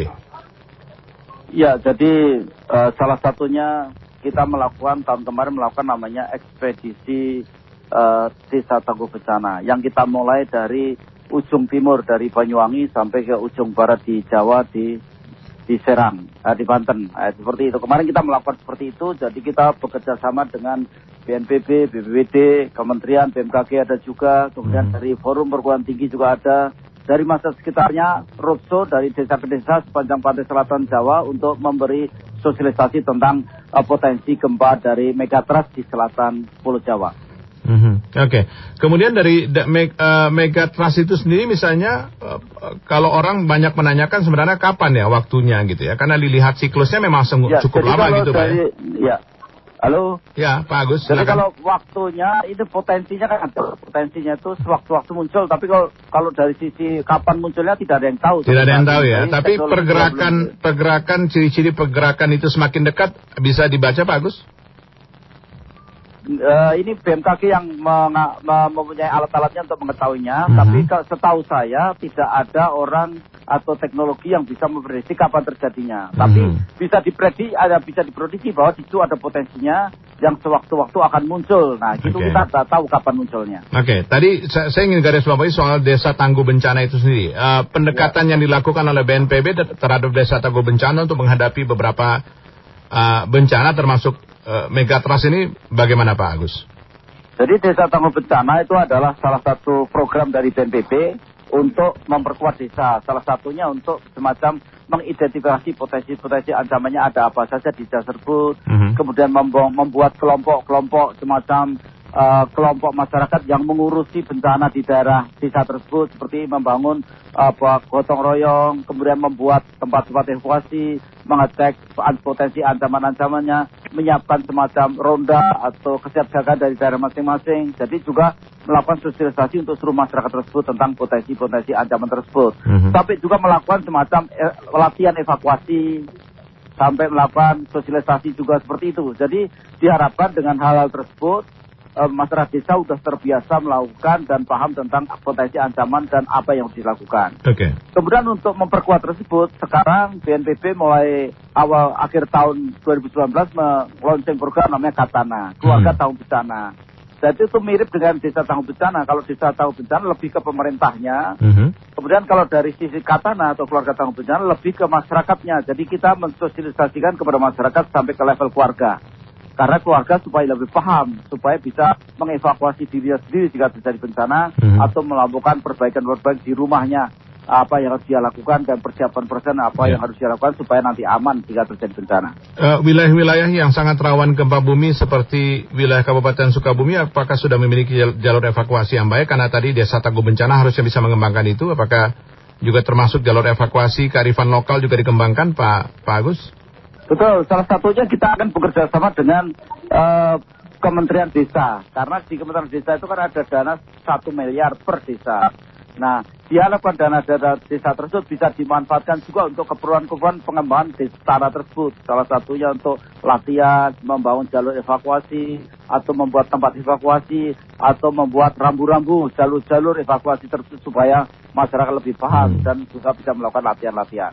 Ya, jadi salah satunya kita tahun kemarin melakukan namanya ekspedisi desa tangguh bencana yang kita mulai dari ujung timur dari Banyuwangi sampai ke ujung barat di Jawa di Serang, di Banten. Seperti itu. Kemarin kita melakukan seperti itu, jadi kita bekerja sama dengan BNPB, BPBD, Kementerian, BMKG ada juga, kemudian dari Forum Perguruan Tinggi juga ada, dari masa sekitarnya roadshow dari desa ke desa sepanjang pantai selatan Jawa untuk memberi sosialisasi tentang potensi gempa dari megatrust di selatan Pulau Jawa. Oke. Kemudian dari megatrust itu sendiri misalnya kalau orang banyak menanyakan sebenarnya kapan ya waktunya gitu ya, karena dilihat siklusnya memang cukup lama gitu Pak. Ya. Halo. Ya Pak Agus. Jadi kalau waktunya itu potensinya kan ada, potensinya itu sewaktu-waktu muncul, tapi kalau dari sisi kapan munculnya tidak ada yang tahu. Tidak ada yang tahu ya. Tapi pergerakan ciri-ciri pergerakan itu semakin dekat bisa dibaca Pak Agus? Ini BMKG yang mempunyai alat-alatnya untuk mengetahuinya, tapi setahu saya tidak ada orang atau teknologi yang bisa memprediksi kapan terjadinya. Tapi bisa diprediksi bahwa di situ ada potensinya yang sewaktu-waktu akan muncul. Nah, itu kita tidak tahu kapan munculnya. Oke, tadi saya ingin garis bawahi soal desa tangguh bencana itu sendiri. Pendekatan yang dilakukan oleh BNPB terhadap desa tangguh bencana untuk menghadapi beberapa bencana termasuk megatrust ini bagaimana Pak Agus? Jadi desa tangguh bencana itu adalah salah satu program dari BNPB untuk memperkuat desa. Salah satunya untuk semacam mengidentifikasi potensi-potensi ancamannya ada apa saja di desa tersebut. Kemudian membuat kelompok-kelompok semacam kelompok masyarakat yang mengurusi bencana di daerah desa tersebut, seperti membangun gotong royong, kemudian membuat tempat-tempat evakuasi, mengecek potensi ancaman-ancamannya, menyiapkan semacam ronda atau kesiapsiagaan dari daerah masing-masing. Jadi juga melakukan sosialisasi untuk seluruh masyarakat tersebut tentang potensi-potensi ancaman tersebut. Sampai juga melakukan semacam latihan evakuasi, sampai melakukan sosialisasi juga seperti itu. Jadi diharapkan dengan hal-hal tersebut masyarakat desa sudah terbiasa melakukan dan paham tentang potensi ancaman dan apa yang harus dilakukan. Kemudian untuk memperkuat tersebut, sekarang BNPB mulai akhir tahun 2019 meluncurkan program namanya Katana, Keluarga Tangguh Bencana. Jadi itu mirip dengan Desa Tangguh Bencana. Kalau Desa Tangguh Bencana lebih ke pemerintahnya. Kemudian kalau dari sisi Katana atau Keluarga Tangguh Bencana lebih ke masyarakatnya. Jadi kita mensosialisasikan kepada masyarakat sampai ke level keluarga. Karena keluarga supaya lebih paham, supaya bisa mengevakuasi dirinya sendiri jika terjadi bencana, atau melakukan perbaikan-perbaikan di rumahnya, apa yang harus dia lakukan, dan persiapan apa yang harus dia lakukan supaya nanti aman jika terjadi bencana. Wilayah-wilayah yang sangat rawan gempa bumi seperti wilayah Kabupaten Sukabumi, apakah sudah memiliki jalur evakuasi yang baik? Karena tadi Desa Tangguh Bencana harusnya bisa mengembangkan itu. Apakah juga termasuk jalur evakuasi kearifan lokal juga dikembangkan, Pak Agus? Betul, salah satunya kita akan bekerja sama dengan Kementerian Desa. Karena di Kementerian Desa itu kan ada dana 1 miliar per desa. Nah, diharapkan dana desa tersebut bisa dimanfaatkan juga untuk keperluan-keperluan pengembangan desa tersebut. Salah satunya untuk latihan, membangun jalur evakuasi, atau membuat tempat evakuasi, atau membuat rambu-rambu, jalur-jalur evakuasi tersebut supaya masyarakat lebih paham dan juga bisa melakukan latihan-latihan.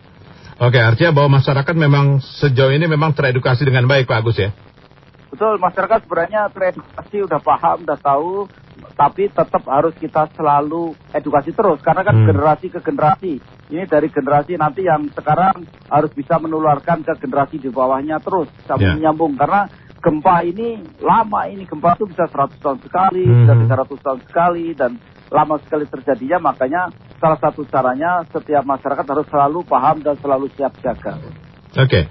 Oke, artinya bahwa masyarakat memang sejauh ini memang teredukasi dengan baik, Pak Agus ya? Betul, masyarakat sebenarnya teredukasi, udah paham, udah tahu, tapi tetap harus kita selalu edukasi terus, karena kan generasi ke generasi. Ini dari generasi nanti yang sekarang harus bisa menularkan ke generasi di bawahnya terus, sambil menyambung, karena gempa ini lama, ini gempa itu bisa 100 tahun sekali, bisa 100 tahun sekali, dan lama sekali terjadinya, makanya salah satu caranya setiap masyarakat harus selalu paham dan selalu siap jaga. Oke.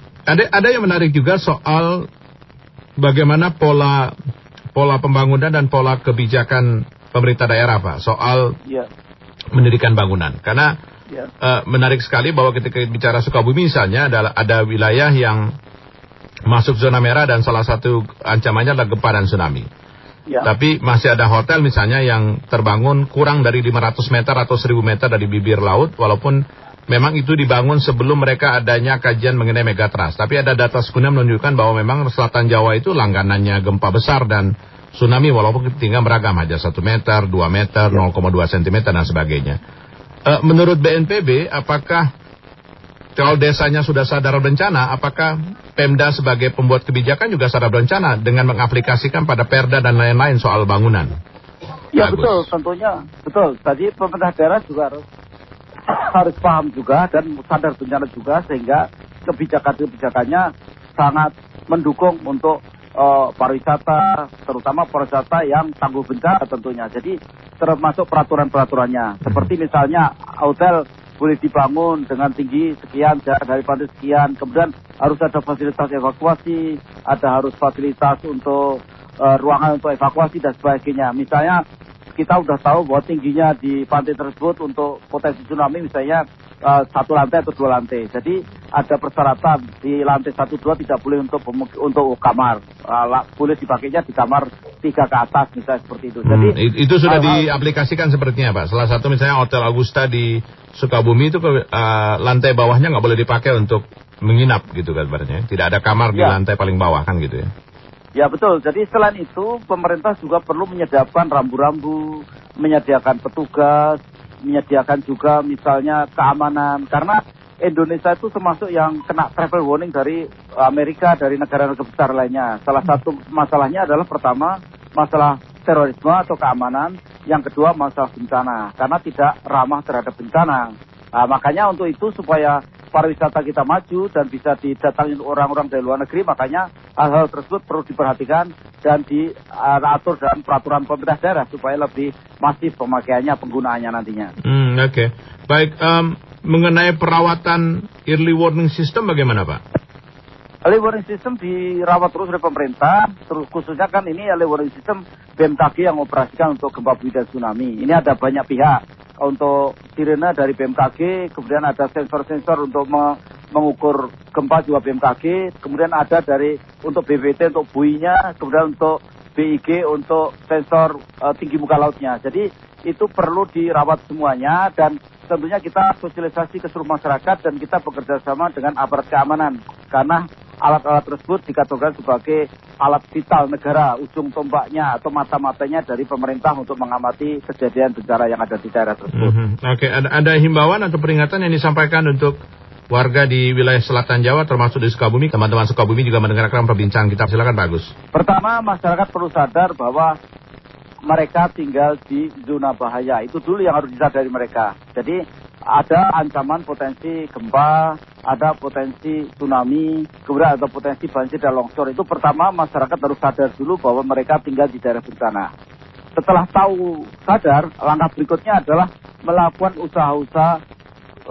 Ada yang menarik juga soal bagaimana pola pembangunan dan pola kebijakan pemerintah daerah, Pak, soal mendirikan bangunan. Karena menarik sekali bahwa ketika bicara Sukabumi misalnya ada wilayah yang masuk zona merah dan salah satu ancamannya adalah gempa dan tsunami. Tapi masih ada hotel misalnya yang terbangun kurang dari 500 meter atau 1000 meter dari bibir laut, walaupun memang itu dibangun sebelum mereka adanya kajian mengenai megatrust. Tapi ada data sekunder menunjukkan bahwa memang selatan Jawa itu langganannya gempa besar dan tsunami, walaupun tinggal beragam aja 1 meter, 2 meter, 0,2 cm dan sebagainya. Menurut BNPB, apakah kalau desanya sudah sadar bencana, apakah Pemda sebagai pembuat kebijakan juga sadar bencana dengan mengaplikasikan pada Perda dan lain-lain soal bangunan? Ya Bagus. Betul, tentunya. Betul. Tadi pemerintah daerah juga harus paham juga dan sadar bencana juga, sehingga kebijakan-kebijakannya sangat mendukung untuk pariwisata, terutama pariwisata yang tangguh bencana tentunya. Jadi termasuk peraturan-peraturannya. Seperti misalnya hotel boleh dibangun dengan tinggi sekian, jarak dari pantai sekian, kemudian harus ada fasilitas evakuasi, harus fasilitas untuk ruangan untuk evakuasi dan sebagainya. Misalnya kita sudah tahu bahwa tingginya di pantai tersebut untuk potensi tsunami misalnya 1 lantai atau 2 lantai. Jadi ada persyaratan di lantai 1, 2 tidak boleh untuk kamar, boleh dipakainya di kamar 3 ke atas misalnya seperti itu. Jadi itu sudah diaplikasikan sepertinya, Pak. Salah satu misalnya Hotel Augusta di Sukabumi itu lantai bawahnya nggak boleh dipakai untuk menginap gitu kan sebenarnya. Tidak ada kamar di lantai paling bawah kan gitu ya. Ya betul, jadi selain itu pemerintah juga perlu menyediakan rambu-rambu, menyediakan petugas, menyediakan juga misalnya keamanan. Karena Indonesia itu termasuk yang kena travel warning dari Amerika, dari negara-negara besar lainnya. Salah satu masalahnya adalah pertama, masalah terorisme atau keamanan. Yang kedua, masalah bencana, karena tidak ramah terhadap bencana. Nah, makanya untuk itu supaya pariwisata kita maju dan bisa didatangi orang-orang dari luar negeri, makanya hal-hal tersebut perlu diperhatikan dan diatur dalam peraturan pemerintah daerah supaya lebih masif pemakaiannya, penggunaannya nantinya. Oke. Baik, mengenai perawatan early warning system bagaimana, Pak? Early warning system dirawat terus oleh pemerintah, terus khususnya kan ini early warning system BMKG yang operasikan untuk gempa bumi dan tsunami. Ini ada banyak pihak. Untuk sirene dari BMKG, kemudian ada sensor-sensor untuk mengukur gempa juga BMKG, kemudian ada dari untuk BPT untuk buoynya, kemudian untuk BIG untuk sensor tinggi muka lautnya. Jadi itu perlu dirawat semuanya dan tentunya kita sosialisasi ke seluruh masyarakat dan kita bekerja sama dengan aparat keamanan karena alat-alat tersebut dikategorikan sebagai alat vital negara, ujung tombaknya atau mata-matanya dari pemerintah untuk mengamati kejadian bencana yang ada di daerah tersebut. Oke, ada himbauan atau peringatan yang disampaikan untuk warga di wilayah selatan Jawa termasuk di Sukabumi. Teman-teman Sukabumi juga mendengarkan perbincangan kita. Silakan Pak Agus. Pertama, masyarakat perlu sadar bahwa mereka tinggal di zona bahaya. Itu dulu yang harus disadari mereka. Jadi ada ancaman potensi gempa, ada potensi tsunami, kemudian ada potensi banjir dan longsor. Itu pertama masyarakat harus sadar dulu bahwa mereka tinggal di daerah bencana. Setelah tahu sadar, langkah berikutnya adalah melakukan usaha-usaha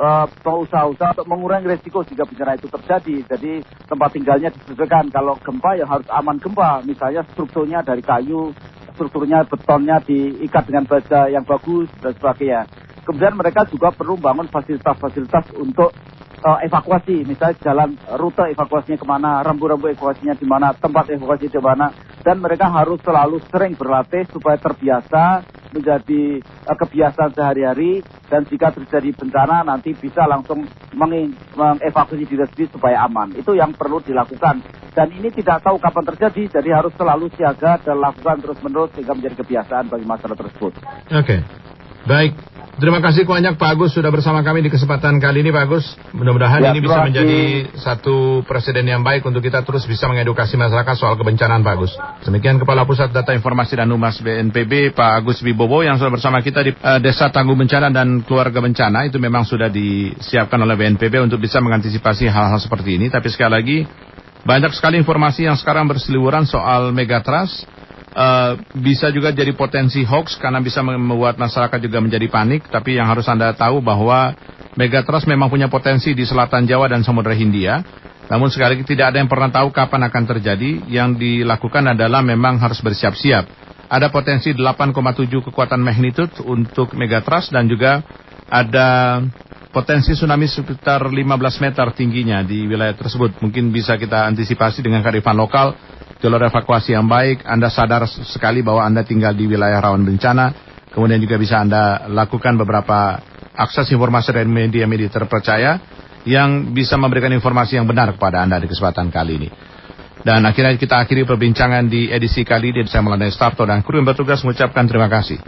untuk mengurangi resiko jika bencana itu terjadi. Jadi tempat tinggalnya disesuaikan. Kalau gempa ya harus aman gempa. Misalnya strukturnya dari kayu, strukturnya betonnya diikat dengan baja yang bagus dan sebagainya. Kemudian mereka juga perlu bangun fasilitas-fasilitas untuk evakuasi, misalnya jalan rute evakuasinya kemana, rambu-rambu evakuasinya di mana, tempat evakuasi di mana, dan mereka harus selalu sering berlatih supaya terbiasa menjadi kebiasaan sehari-hari dan jika terjadi bencana nanti bisa langsung mengevakuasi diri sendiri supaya aman. Itu yang perlu dilakukan dan ini tidak tahu kapan terjadi, jadi harus selalu siaga dan lakukan terus-menerus sehingga menjadi kebiasaan bagi masyarakat tersebut. Oke. Baik, terima kasih banyak Pak Agus sudah bersama kami di kesempatan kali ini Pak Agus. Mudah-mudahan ini bisa menjadi satu presiden yang baik untuk kita terus bisa mengedukasi masyarakat soal kebencanaan Pak Agus. Demikian Kepala Pusat Data Informasi dan Humas BNPB Pak Agus Wibowo yang sudah bersama kita di Desa Tangguh Bencana dan Keluarga Bencana. Itu memang sudah disiapkan oleh BNPB untuk bisa mengantisipasi hal-hal seperti ini. Tapi sekali lagi banyak sekali informasi yang sekarang berseliweran soal megatrust. Bisa juga jadi potensi hoax karena bisa membuat masyarakat juga menjadi panik. Tapi yang harus Anda tahu bahwa megatrust memang punya potensi di selatan Jawa dan Samudra Hindia. Namun sekali lagi tidak ada yang pernah tahu kapan akan terjadi. Yang dilakukan adalah memang harus bersiap-siap. Ada potensi 8,7 kekuatan magnitude untuk megatrust dan juga ada potensi tsunami sekitar 15 meter tingginya di wilayah tersebut. Mungkin bisa kita antisipasi dengan kearifan lokal. Jalur evakuasi yang baik, Anda sadar sekali bahwa Anda tinggal di wilayah rawan bencana, kemudian juga bisa Anda lakukan beberapa akses informasi dari media-media terpercaya yang bisa memberikan informasi yang benar kepada Anda di kesempatan kali ini. Dan akhirnya kita akhiri perbincangan di edisi kali ini. Saya Melandai Starto dan kru yang bertugas mengucapkan terima kasih.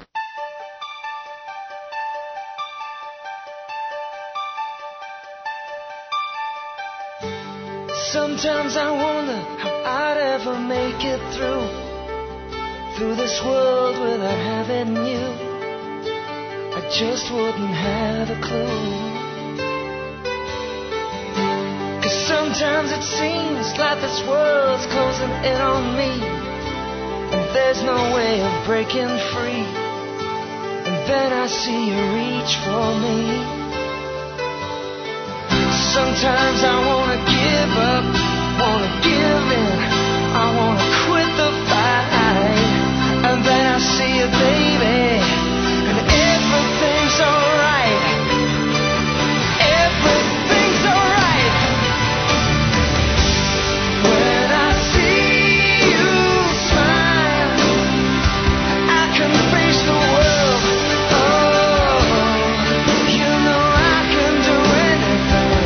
Sometimes I wonder how I'd ever make it through this world without having you. I just wouldn't have a clue. 'Cause sometimes it seems like this world's closing in on me, and there's no way of breaking free. And then I see you reach for me. Sometimes I wanna give up, wanna give in, I wanna quit the fight. And then I see you, baby, and everything's alright. Everything's alright. When I see you smile, I can face the world. Oh, you know I can do anything.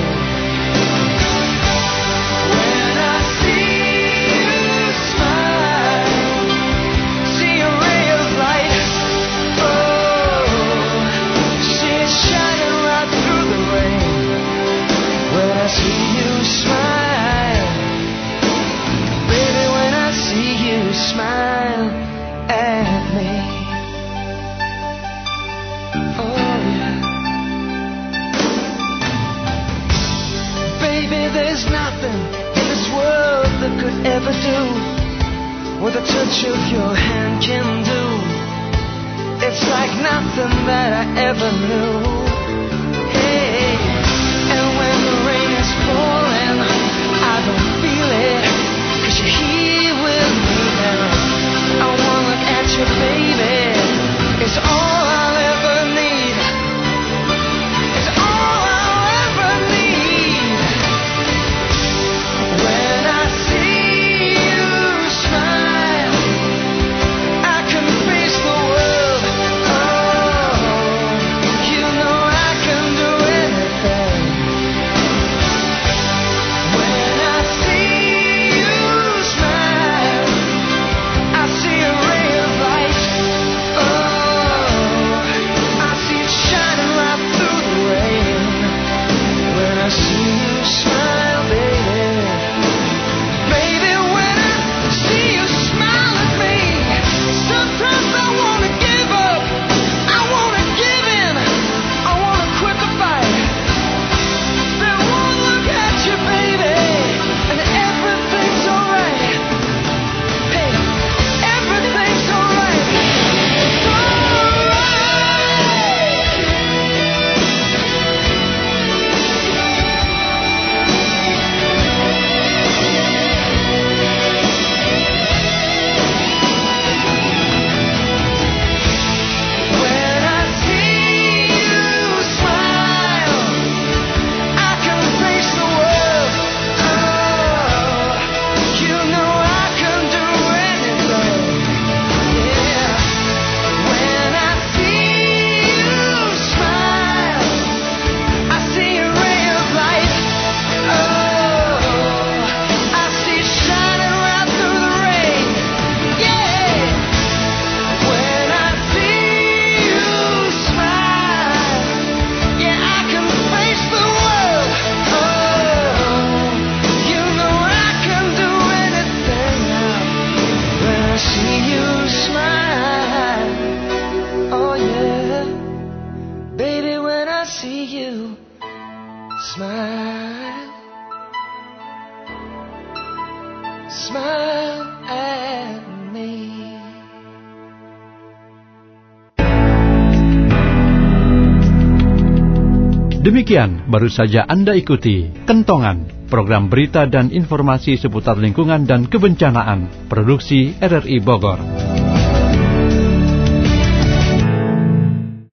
When I see you smile, see a ray of light. Oh, she's shining right through the rain. When I see you smile, baby, when I see you smile at me. Oh yeah. Baby, there's nothing in this world that could ever do what the touch of your hand can do. It's like nothing that I ever knew. Hey, and when the rain is falling, I don't feel it, 'cause you're here with me now. I wanna look at you, baby. It's all I'll ever need. It's all I'll ever need. Smile, smile at me. Demikian baru saja Anda ikuti Kentongan, program berita dan informasi seputar lingkungan dan kebencanaan, produksi RRI Bogor.